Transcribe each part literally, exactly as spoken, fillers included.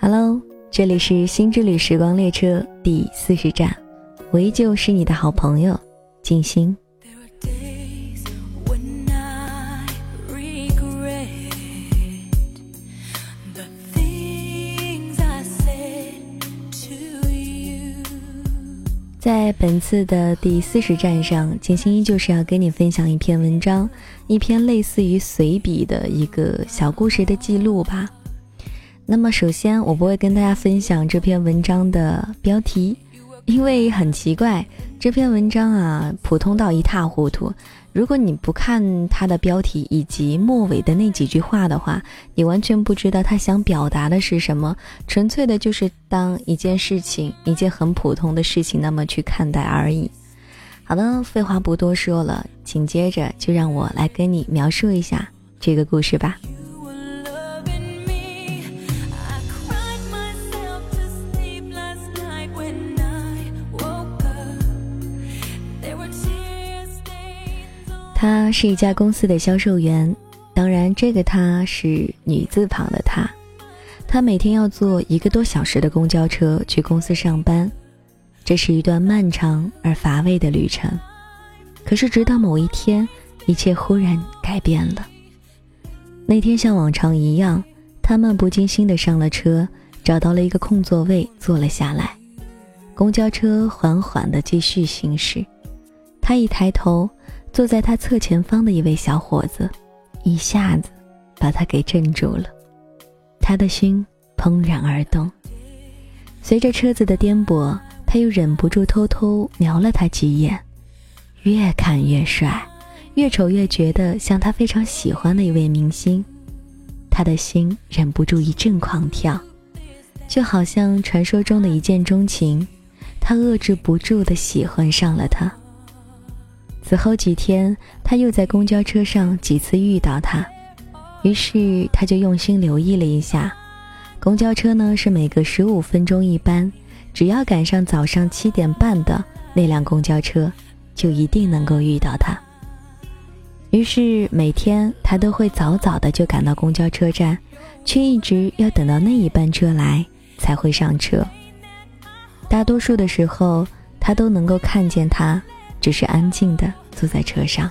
Hello， 这里是新之旅时光列车第四十站，我依旧是你的好朋友静心。在本次的第四十站上，静心依旧是要跟你分享一篇文章，一篇类似于随笔的一个小故事的记录吧。那么首先我不会跟大家分享这篇文章的标题，因为很奇怪，这篇文章啊普通到一塌糊涂，如果你不看它的标题以及末尾的那几句话的话，你完全不知道他想表达的是什么，纯粹的就是当一件事情，一件很普通的事情那么去看待而已。好的，废话不多说了，紧接着就让我来跟你描述一下这个故事吧。她是一家公司的销售员，当然这个她是女字旁的她。她每天要坐一个多小时的公交车去公司上班，这是一段漫长而乏味的旅程。可是直到某一天，一切忽然改变了。那天像往常一样，她漫不经心地上了车，找到了一个空座位坐了下来。公交车缓缓地继续行驶，她一抬头，坐在他侧前方的一位小伙子一下子把他给镇住了，他的心怦然而动。随着车子的颠簸，他又忍不住偷偷瞄了他几眼，越看越帅，越瞅越觉得像他非常喜欢的一位明星。他的心忍不住一阵狂跳，就好像传说中的一见钟情，他遏制不住地喜欢上了他。此后几天，他又在公交车上几次遇到他，于是他就用心留意了一下。公交车呢是每隔十五分钟一班，只要赶上早上七点半的那辆公交车，就一定能够遇到他。于是每天他都会早早的就赶到公交车站，却一直要等到那一班车来才会上车。大多数的时候，他都能够看见他只是安静地坐在车上。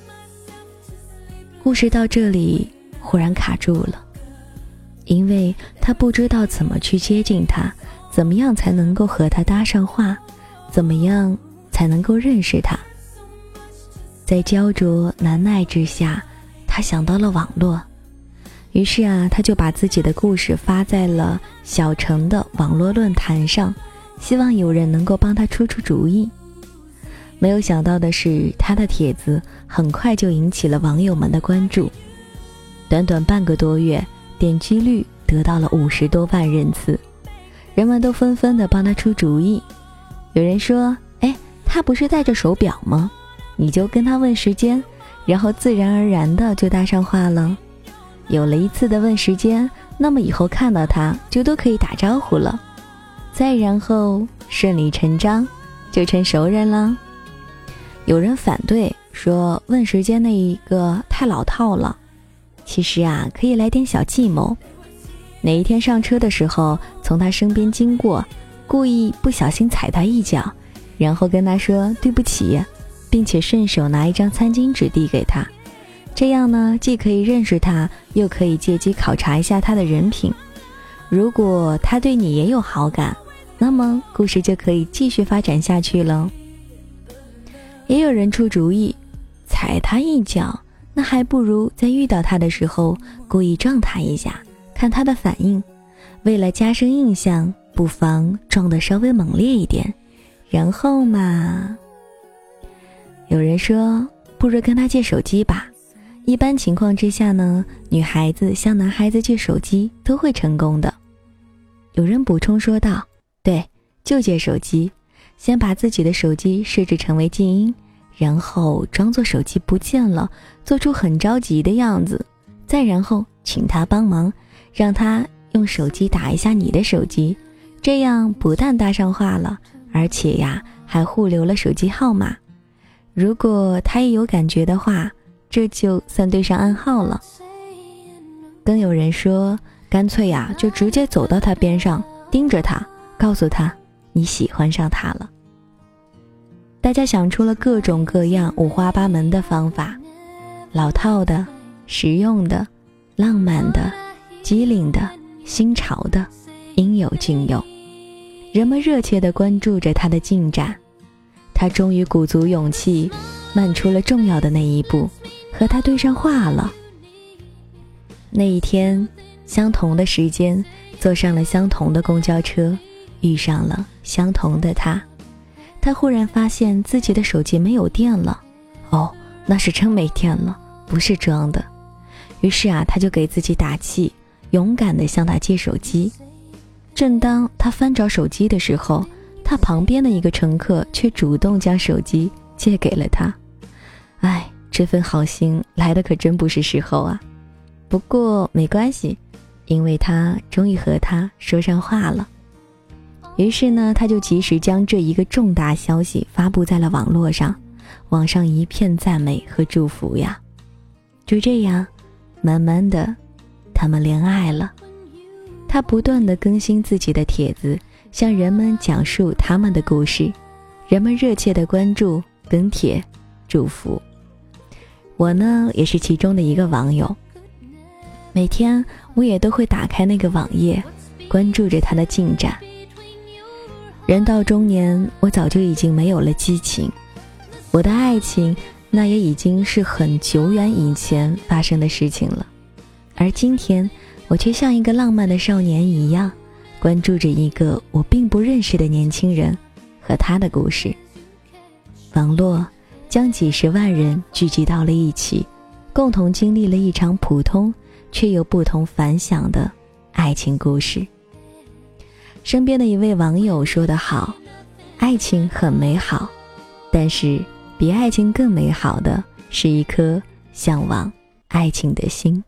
故事到这里忽然卡住了，因为他不知道怎么去接近他，怎么样才能够和他搭上话，怎么样才能够认识他。在焦灼难耐之下，他想到了网络，于是啊，他就把自己的故事发在了小城的网络论坛上，希望有人能够帮他出出主意。没有想到的是，他的帖子很快就引起了网友们的关注，短短半个多月，点击率得到了五十多万人次，人们都纷纷地帮他出主意。有人说，哎，他不是戴着手表吗？你就跟他问时间，然后自然而然的就搭上话了。有了一次的问时间，那么以后看到他就都可以打招呼了，再然后顺理成章就成熟人了。有人反对说，问时间那一个太老套了，其实啊，可以来点小计谋。哪一天上车的时候，从他身边经过，故意不小心踩他一脚，然后跟他说对不起，并且顺手拿一张餐巾纸递给他。这样呢，既可以认识他，又可以借机考察一下他的人品。如果他对你也有好感，那么故事就可以继续发展下去了。也有人出主意，踩他一脚，那还不如在遇到他的时候故意撞他一下，看他的反应。为了加深印象，不妨撞得稍微猛烈一点，然后嘛，有人说不如跟他借手机吧。一般情况之下呢，女孩子向男孩子借手机都会成功的。有人补充说道，对，就借手机，先把自己的手机设置成为静音，然后装作手机不见了，做出很着急的样子，再然后请他帮忙，让他用手机打一下你的手机，这样不但搭上话了，而且呀还互留了手机号码。如果他也有感觉的话，这就算对上暗号了。更有人说， 干脆呀、啊、就直接走到他边上，盯着他，告诉他你喜欢上他了。大家想出了各种各样五花八门的方法，老套的、实用的、浪漫的、机灵的、新潮的，应有尽有。人们热切地关注着他的进展，他终于鼓足勇气，迈出了重要的那一步，和他对上话了。那一天，相同的时间，坐上了相同的公交车，遇上了相同的他。他忽然发现自己的手机没有电了，哦，那是真没电了，不是装的。于是啊，他就给自己打气，勇敢地向他借手机。正当他翻找手机的时候，他旁边的一个乘客却主动将手机借给了他。哎，这份好心来的可真不是时候啊。不过没关系，因为他终于和他说上话了。于是呢，他就及时将这一个重大消息发布在了网络上，网上一片赞美和祝福呀。就这样，慢慢的，他们恋爱了。他不断地更新自己的帖子，向人们讲述他们的故事，人们热切地关注、跟帖、祝福。我呢，也是其中的一个网友。每天我也都会打开那个网页，关注着他的进展。人到中年，我早就已经没有了激情，我的爱情那也已经是很久远以前发生的事情了。而今天，我却像一个浪漫的少年一样，关注着一个我并不认识的年轻人和他的故事。网络将几十万人聚集到了一起，共同经历了一场普通却又不同凡响的爱情故事。身边的一位网友说得好，爱情很美好，但是比爱情更美好的是一颗向往爱情的心。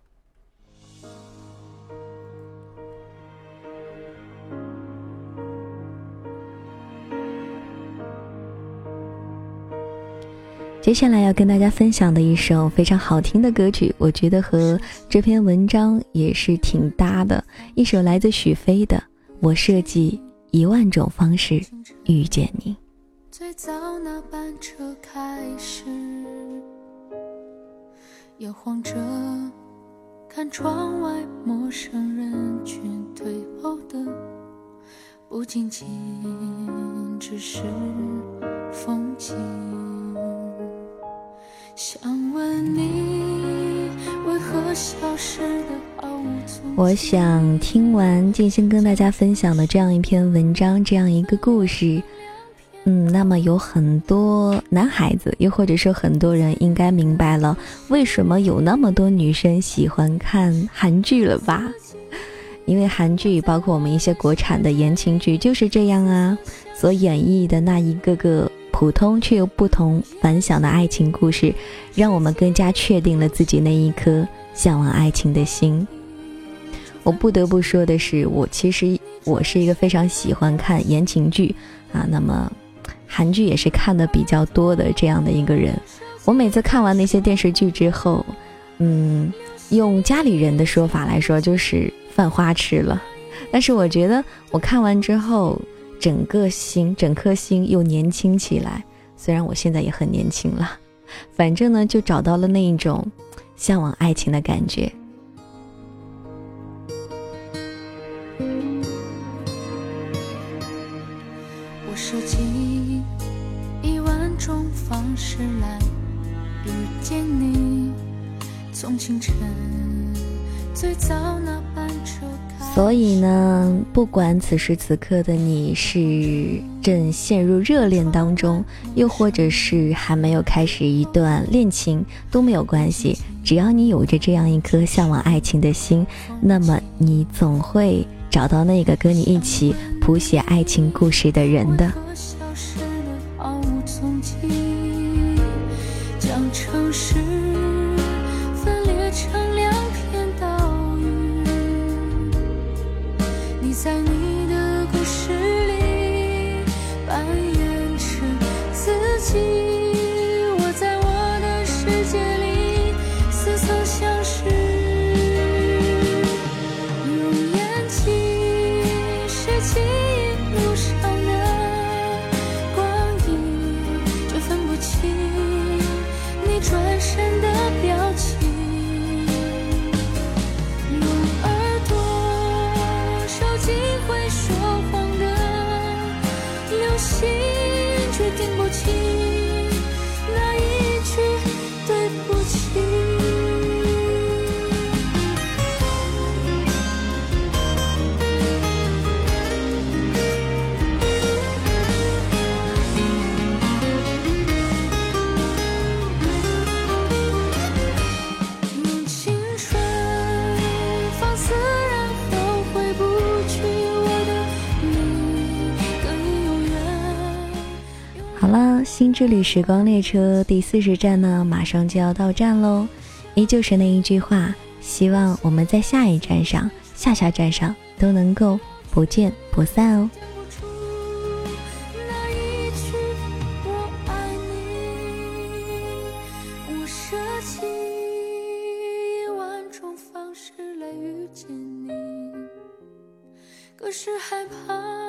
接下来要跟大家分享的一首非常好听的歌曲，我觉得和这篇文章也是挺搭的，一首来自许飞的《我设计一万种方式遇见你》。 最早那班车开始，摇晃着看窗外陌生人群退后的，不仅仅只是风景。想问你为何消失的毫无踪迹。 我想听完静心跟大家分享的这样一篇文章，这样一个故事，嗯，那么有很多男孩子，又或者说很多人应该明白了为什么有那么多女生喜欢看韩剧了吧？因为韩剧包括我们一些国产的言情剧就是这样啊，所演绎的那一个个普通却又不同凡响的爱情故事，让我们更加确定了自己那一颗向往爱情的心。我不得不说的是，我其实我是一个非常喜欢看言情剧啊，那么韩剧也是看的比较多的这样的一个人。我每次看完那些电视剧之后，嗯，用家里人的说法来说就是饭花痴了，但是我觉得我看完之后整个心整颗心又年轻起来，虽然我现在也很年轻了，反正呢就找到了那一种向往爱情的感觉。 我设计一万种方式来遇见你，从清晨最早那班车开。 所以呢，不管此时此刻的你是正陷入热恋当中，又或者是还没有开始一段恋情，都没有关系，只要你有着这样一颗向往爱情的心，那么你总会找到那个跟你一起谱写爱情故事的人的。 将城市分裂成两片岛屿，你在你的故事里扮演着自己，我在我的世界里似曾相识，拥你转身的表情，用耳朵收集会说谎的流星，却听不清那一句对不起。用青春放肆，然后回不去，我的你可以永远。 好了，新之旅时光列车第四十站呢，马上就要到站喽。依旧是那一句话，希望我们在下一站上、下下站上都能够不见不散哦。 讲不出那一句我爱你，我舍弃一万种方式来遇见你，可是害怕